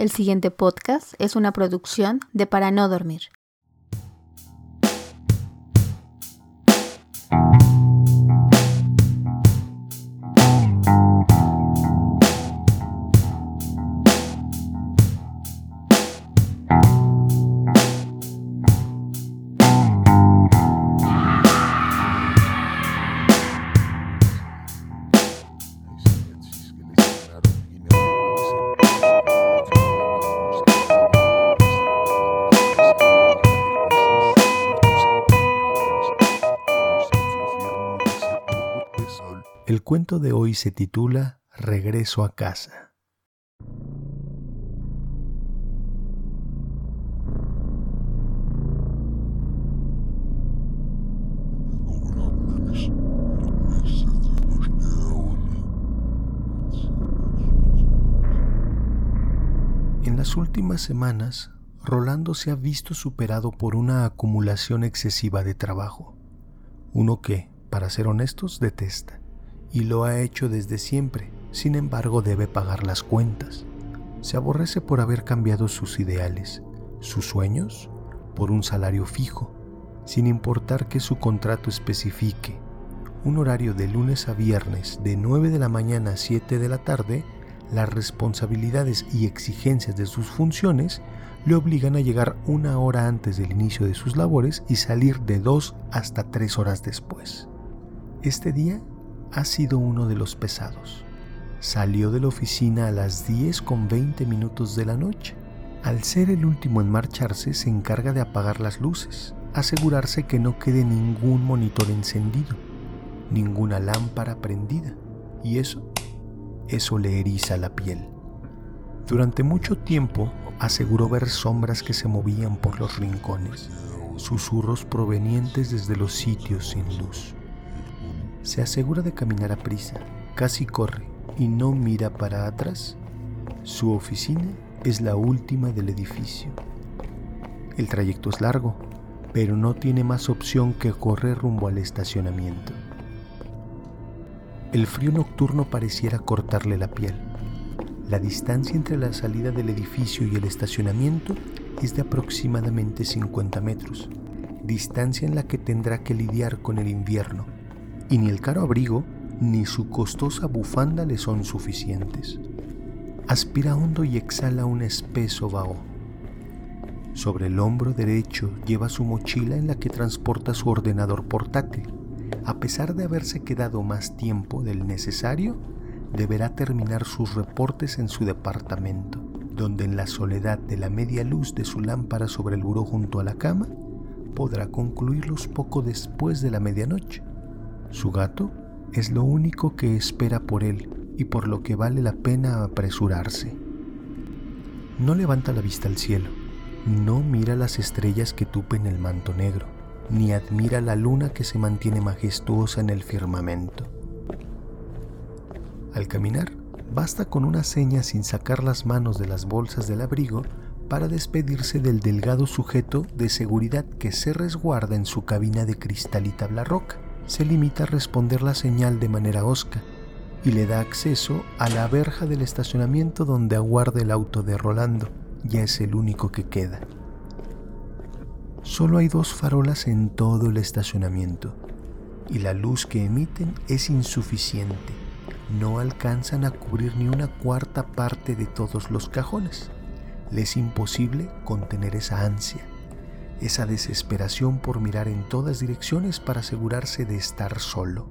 El siguiente podcast es una producción de Para No Dormir. El cuento de hoy se titula Regreso a casa. En las últimas semanas, Rolando se ha visto superado por una acumulación excesiva de trabajo, uno que, para ser honestos, detesta. Y lo ha hecho desde siempre, sin embargo debe pagar las cuentas. Se aborrece por haber cambiado sus ideales, sus sueños, por un salario fijo, sin importar que su contrato especifique un horario de lunes a viernes de 9 de la mañana a 7 de la tarde. Las responsabilidades y exigencias de sus funciones le obligan a llegar 1 hora antes del inicio de sus labores y salir de 2 hasta 3 horas después. Este día ha sido uno de los pesados. Salió de la oficina a las 10:20 de la noche. Al ser el último en marcharse, se encarga de apagar las luces, asegurarse que no quede ningún monitor encendido, ninguna lámpara prendida, y eso le eriza la piel. Durante mucho tiempo aseguró ver sombras que se movían por los rincones, susurros provenientes desde los sitios sin luz. Se asegura de caminar a prisa, casi corre y no mira para atrás. Su oficina es la última del edificio. El trayecto es largo, pero no tiene más opción que correr rumbo al estacionamiento. El frío nocturno pareciera cortarle la piel. La distancia entre la salida del edificio y el estacionamiento es de aproximadamente 50 metros, distancia en la que tendrá que lidiar con el invierno. Y ni el caro abrigo ni su costosa bufanda le son suficientes. Aspira hondo y exhala un espeso vaho. Sobre el hombro derecho lleva su mochila en la que transporta su ordenador portátil. A pesar de haberse quedado más tiempo del necesario, deberá terminar sus reportes en su departamento, donde en la soledad de la media luz de su lámpara sobre el buró junto a la cama, podrá concluirlos poco después de la medianoche. Su gato es lo único que espera por él y por lo que vale la pena apresurarse. No levanta la vista al cielo, no mira las estrellas que tupen el manto negro, ni admira la luna que se mantiene majestuosa en el firmamento. Al caminar, basta con una seña sin sacar las manos de las bolsas del abrigo para despedirse del delgado sujeto de seguridad que se resguarda en su cabina de cristal y tabla roca. Se limita a responder la señal de manera hosca y le da acceso a la verja del estacionamiento donde aguarda el auto de Rolando. Ya es el único que queda. Solo hay 2 farolas en todo el estacionamiento y la luz que emiten es insuficiente. No alcanzan a cubrir ni 1/4 parte de todos los cajones. Le es imposible contener esa ansia, esa desesperación por mirar en todas direcciones para asegurarse de estar solo.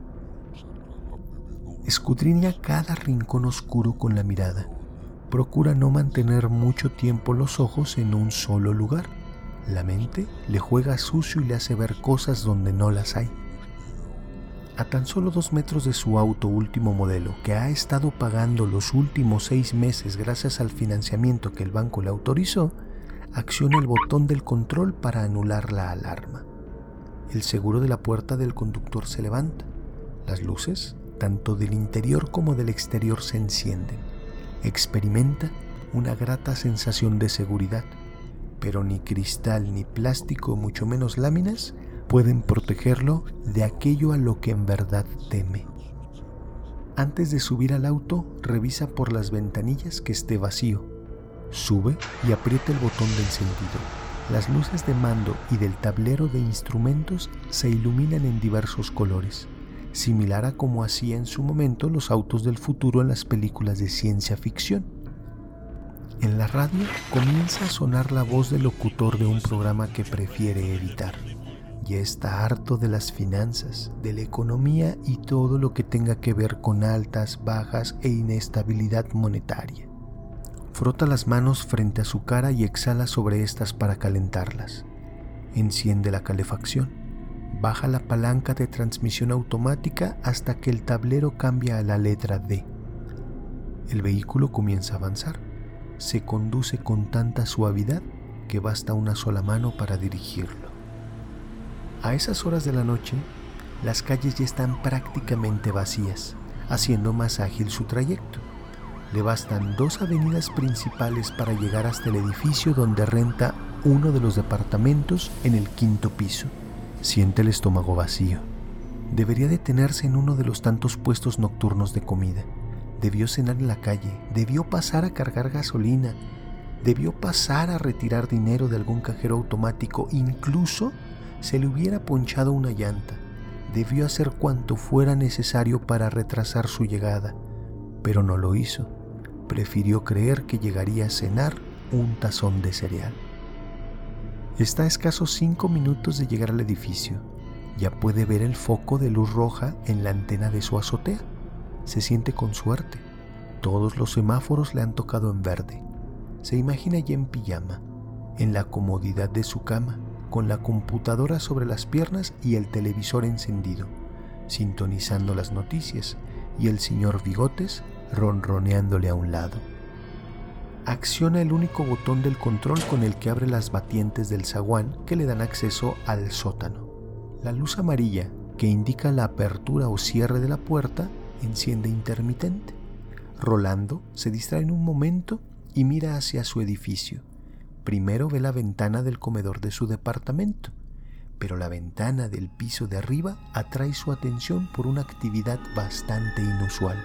Escudriña cada rincón oscuro con la mirada. Procura no mantener mucho tiempo los ojos en un solo lugar. La mente le juega sucio y le hace ver cosas donde no las hay. A tan solo 2 metros de su auto último modelo, que ha estado pagando los últimos 6 meses gracias al financiamiento que el banco le autorizó, acciona el botón del control para anular la alarma. El seguro de la puerta del conductor se levanta. Las luces, tanto del interior como del exterior, se encienden. Experimenta una grata sensación de seguridad, pero ni cristal ni plástico, mucho menos láminas, pueden protegerlo de aquello a lo que en verdad teme. Antes de subir al auto, revisa por las ventanillas que esté vacío. Sube y aprieta el botón de encendido. Las luces de mando y del tablero de instrumentos se iluminan en diversos colores, similar a como hacía en su momento los autos del futuro en las películas de ciencia ficción. En la radio comienza a sonar la voz del locutor de un programa que prefiere evitar. Ya está harto de las finanzas, de la economía y todo lo que tenga que ver con altas, bajas e inestabilidad monetaria. Frota las manos frente a su cara y exhala sobre estas para calentarlas. Enciende la calefacción. Baja la palanca de transmisión automática hasta que el tablero cambia a la letra D. El vehículo comienza a avanzar. Se conduce con tanta suavidad que basta una sola mano para dirigirlo. A esas horas de la noche, las calles ya están prácticamente vacías, haciendo más ágil su trayecto. Le bastan 2 avenidas principales para llegar hasta el edificio donde renta uno de los departamentos en el 5º piso. Siente el estómago vacío. Debería detenerse en uno de los tantos puestos nocturnos de comida. Debió cenar en la calle, debió pasar a cargar gasolina, debió pasar a retirar dinero de algún cajero automático, incluso se le hubiera ponchado una llanta. Debió hacer cuanto fuera necesario para retrasar su llegada, pero no lo hizo. Prefirió creer que llegaría a cenar un tazón de cereal. Está a escasos 5 minutos de llegar al edificio. Ya puede ver el foco de luz roja en la antena de su azotea. Se siente con suerte. Todos los semáforos le han tocado en verde. Se imagina ya en pijama, en la comodidad de su cama, con la computadora sobre las piernas y el televisor encendido, sintonizando las noticias y el señor Bigotes ronroneándole a un lado. Acciona el único botón del control con el que abre las batientes del zaguán que le dan acceso al sótano. La luz amarilla que indica la apertura o cierre de la puerta enciende intermitente. Rolando se distrae en un momento y mira hacia su edificio. Primero ve la ventana del comedor de su departamento, pero la ventana del piso de arriba atrae su atención por una actividad bastante inusual.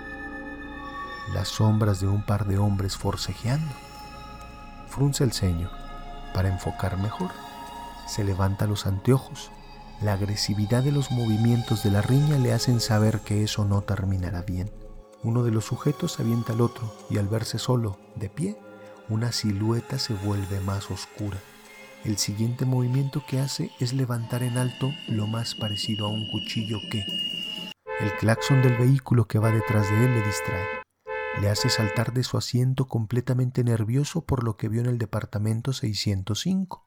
Las sombras de un par de hombres forcejeando. Frunce el ceño para enfocar mejor. Se levanta los anteojos. La agresividad de los movimientos de la riña le hacen saber que eso no terminará bien. Uno de los sujetos avienta al otro y al verse solo, de pie, una silueta se vuelve más oscura. El siguiente movimiento que hace es levantar en alto lo más parecido a un cuchillo que... El claxon del vehículo que va detrás de él le distrae. Le hace saltar de su asiento completamente nervioso por lo que vio en el departamento 605.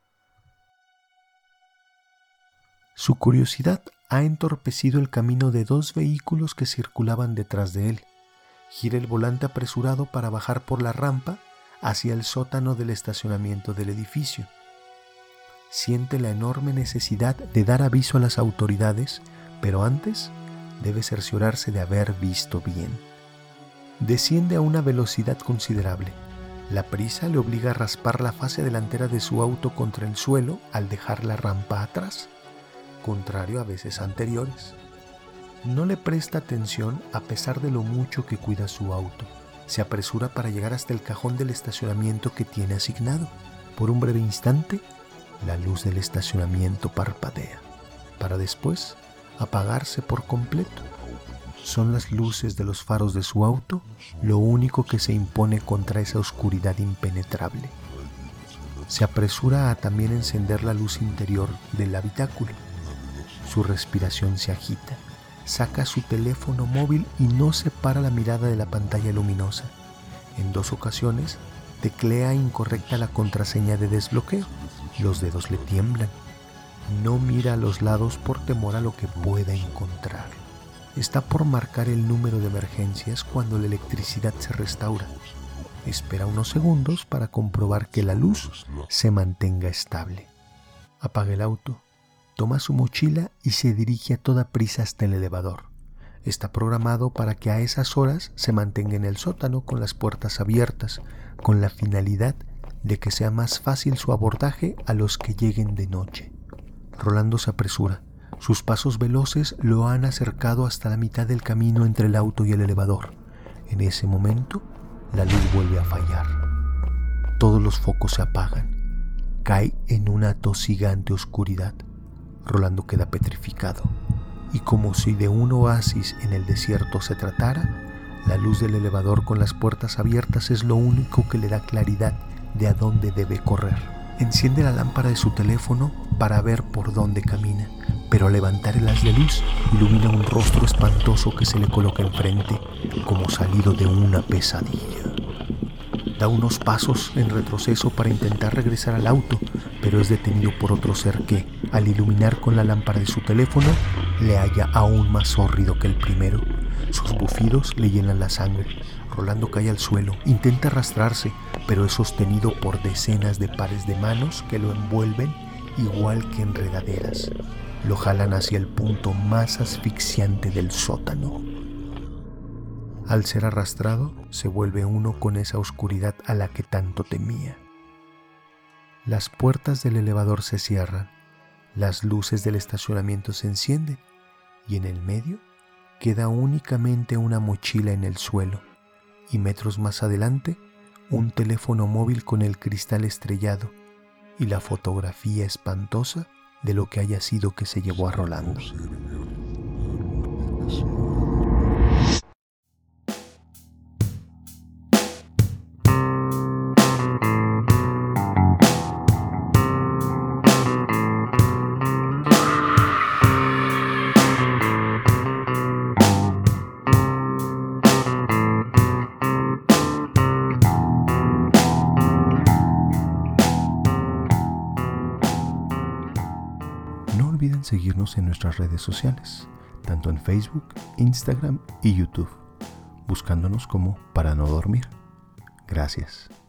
Su curiosidad ha entorpecido el camino de 2 vehículos que circulaban detrás de él. Gira el volante apresurado para bajar por la rampa hacia el sótano del estacionamiento del edificio. Siente la enorme necesidad de dar aviso a las autoridades, pero antes debe cerciorarse de haber visto bien. Desciende a una velocidad considerable. La prisa le obliga a raspar la fase delantera de su auto contra el suelo al dejar la rampa atrás, contrario a veces anteriores. No le presta atención a pesar de lo mucho que cuida su auto. Se apresura para llegar hasta el cajón del estacionamiento que tiene asignado. Por un breve instante, la luz del estacionamiento parpadea, para después apagarse por completo. Son las luces de los faros de su auto lo único que se impone contra esa oscuridad impenetrable. Se apresura a también encender la luz interior del habitáculo. Su respiración se agita. Saca su teléfono móvil y no separa la mirada de la pantalla luminosa. En 2 ocasiones teclea incorrecta la contraseña de desbloqueo. Los dedos le tiemblan. No mira a los lados por temor a lo que pueda encontrar. Está por marcar el número de emergencias cuando la electricidad se restaura. Espera unos segundos para comprobar que la luz se mantenga estable. Apaga el auto. Toma su mochila y se dirige a toda prisa hasta el elevador. Está programado para que a esas horas se mantenga en el sótano con las puertas abiertas, con la finalidad de que sea más fácil su abordaje a los que lleguen de noche. Rolando se apresura. Sus pasos veloces lo han acercado hasta la mitad del camino entre el auto y el elevador. En ese momento, la luz vuelve a fallar. Todos los focos se apagan. Cae en una atosigante oscuridad. Rolando queda petrificado. Y como si de un oasis en el desierto se tratara, la luz del elevador con las puertas abiertas es lo único que le da claridad de a dónde debe correr. Enciende la lámpara de su teléfono para ver por dónde camina, pero al levantar el haz de luz ilumina un rostro espantoso que se le coloca enfrente, como salido de una pesadilla. Da unos pasos en retroceso para intentar regresar al auto, pero es detenido por otro ser que, al iluminar con la lámpara de su teléfono, le halla aún más hórrido que el primero. Sus bufidos le llenan la sangre. Rolando cae al suelo, intenta arrastrarse, pero es sostenido por decenas de pares de manos que lo envuelven igual que enredaderas. Lo jalan hacia el punto más asfixiante del sótano. Al ser arrastrado, se vuelve uno con esa oscuridad a la que tanto temía. Las puertas del elevador se cierran, las luces del estacionamiento se encienden y en el medio queda únicamente una mochila en el suelo y metros más adelante un teléfono móvil con el cristal estrellado y la fotografía espantosa de lo que haya sido que se llevó a Rolando. No olviden seguirnos en nuestras redes sociales, tanto en Facebook, Instagram y YouTube, buscándonos como Para No Dormir. Gracias.